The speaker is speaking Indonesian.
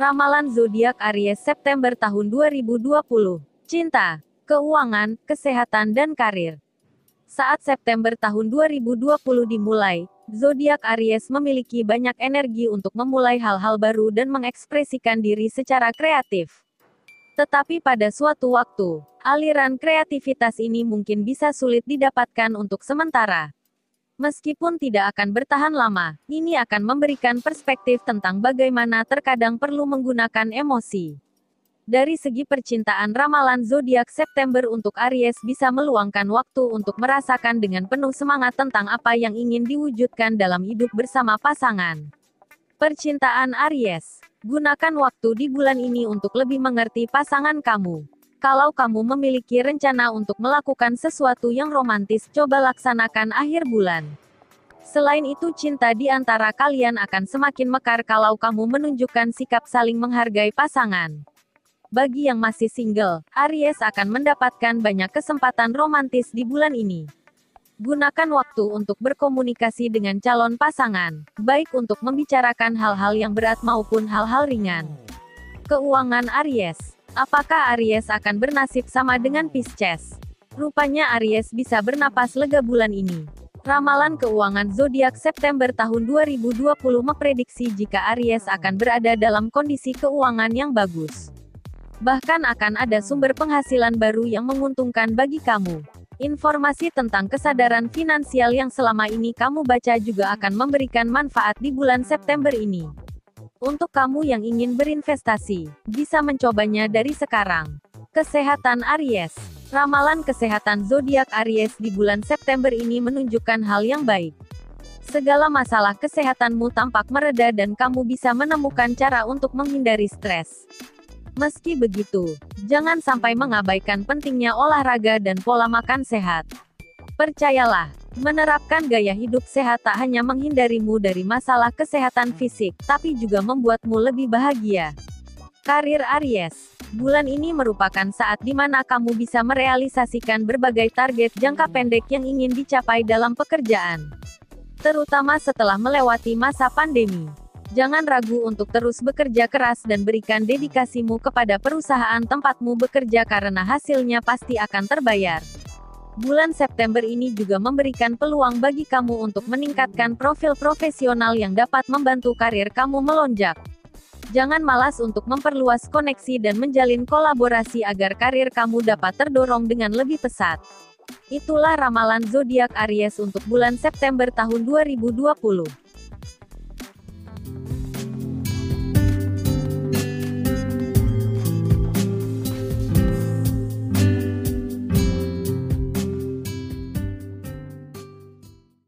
Ramalan zodiak Aries September tahun 2020. Cinta, keuangan, kesehatan dan karir. Saat September tahun 2020 dimulai, zodiak Aries memiliki banyak energi untuk memulai hal-hal baru dan mengekspresikan diri secara kreatif. Tetapi pada suatu waktu, aliran kreativitas ini mungkin bisa sulit didapatkan untuk sementara. Meskipun tidak akan bertahan lama, ini akan memberikan perspektif tentang bagaimana terkadang perlu menggunakan emosi. Dari segi percintaan, ramalan zodiak September untuk Aries bisa meluangkan waktu untuk merasakan dengan penuh semangat tentang apa yang ingin diwujudkan dalam hidup bersama pasangan. Percintaan Aries, gunakan waktu di bulan ini untuk lebih mengerti pasangan kamu. Kalau kamu memiliki rencana untuk melakukan sesuatu yang romantis, coba laksanakan akhir bulan. Selain itu, cinta di antara kalian akan semakin mekar kalau kamu menunjukkan sikap saling menghargai pasangan. Bagi yang masih single, Aries akan mendapatkan banyak kesempatan romantis di bulan ini. Gunakan waktu untuk berkomunikasi dengan calon pasangan, baik untuk membicarakan hal-hal yang berat maupun hal-hal ringan. Keuangan Aries. Apakah Aries akan bernasib sama dengan Pisces? Rupanya Aries bisa bernapas lega bulan ini. Ramalan keuangan zodiak September tahun 2020 memprediksi jika Aries akan berada dalam kondisi keuangan yang bagus. Bahkan akan ada sumber penghasilan baru yang menguntungkan bagi kamu. Informasi tentang kesadaran finansial yang selama ini kamu baca juga akan memberikan manfaat di bulan September ini. Untuk kamu yang ingin berinvestasi, bisa mencobanya dari sekarang. Kesehatan Aries. Ramalan kesehatan zodiak Aries di bulan September ini menunjukkan hal yang baik. Segala masalah kesehatanmu tampak mereda dan kamu bisa menemukan cara untuk menghindari stres. Meski begitu, jangan sampai mengabaikan pentingnya olahraga dan pola makan sehat. Percayalah, menerapkan gaya hidup sehat tak hanya menghindarimu dari masalah kesehatan fisik, tapi juga membuatmu lebih bahagia. Karir Aries. Bulan ini merupakan saat di mana kamu bisa merealisasikan berbagai target jangka pendek yang ingin dicapai dalam pekerjaan. Terutama setelah melewati masa pandemi. Jangan ragu untuk terus bekerja keras dan berikan dedikasimu kepada perusahaan tempatmu bekerja karena hasilnya pasti akan terbayar. Bulan September ini juga memberikan peluang bagi kamu untuk meningkatkan profil profesional yang dapat membantu karir kamu melonjak. Jangan malas untuk memperluas koneksi dan menjalin kolaborasi agar karir kamu dapat terdorong dengan lebih pesat. Itulah ramalan zodiak Aries untuk bulan September tahun 2020.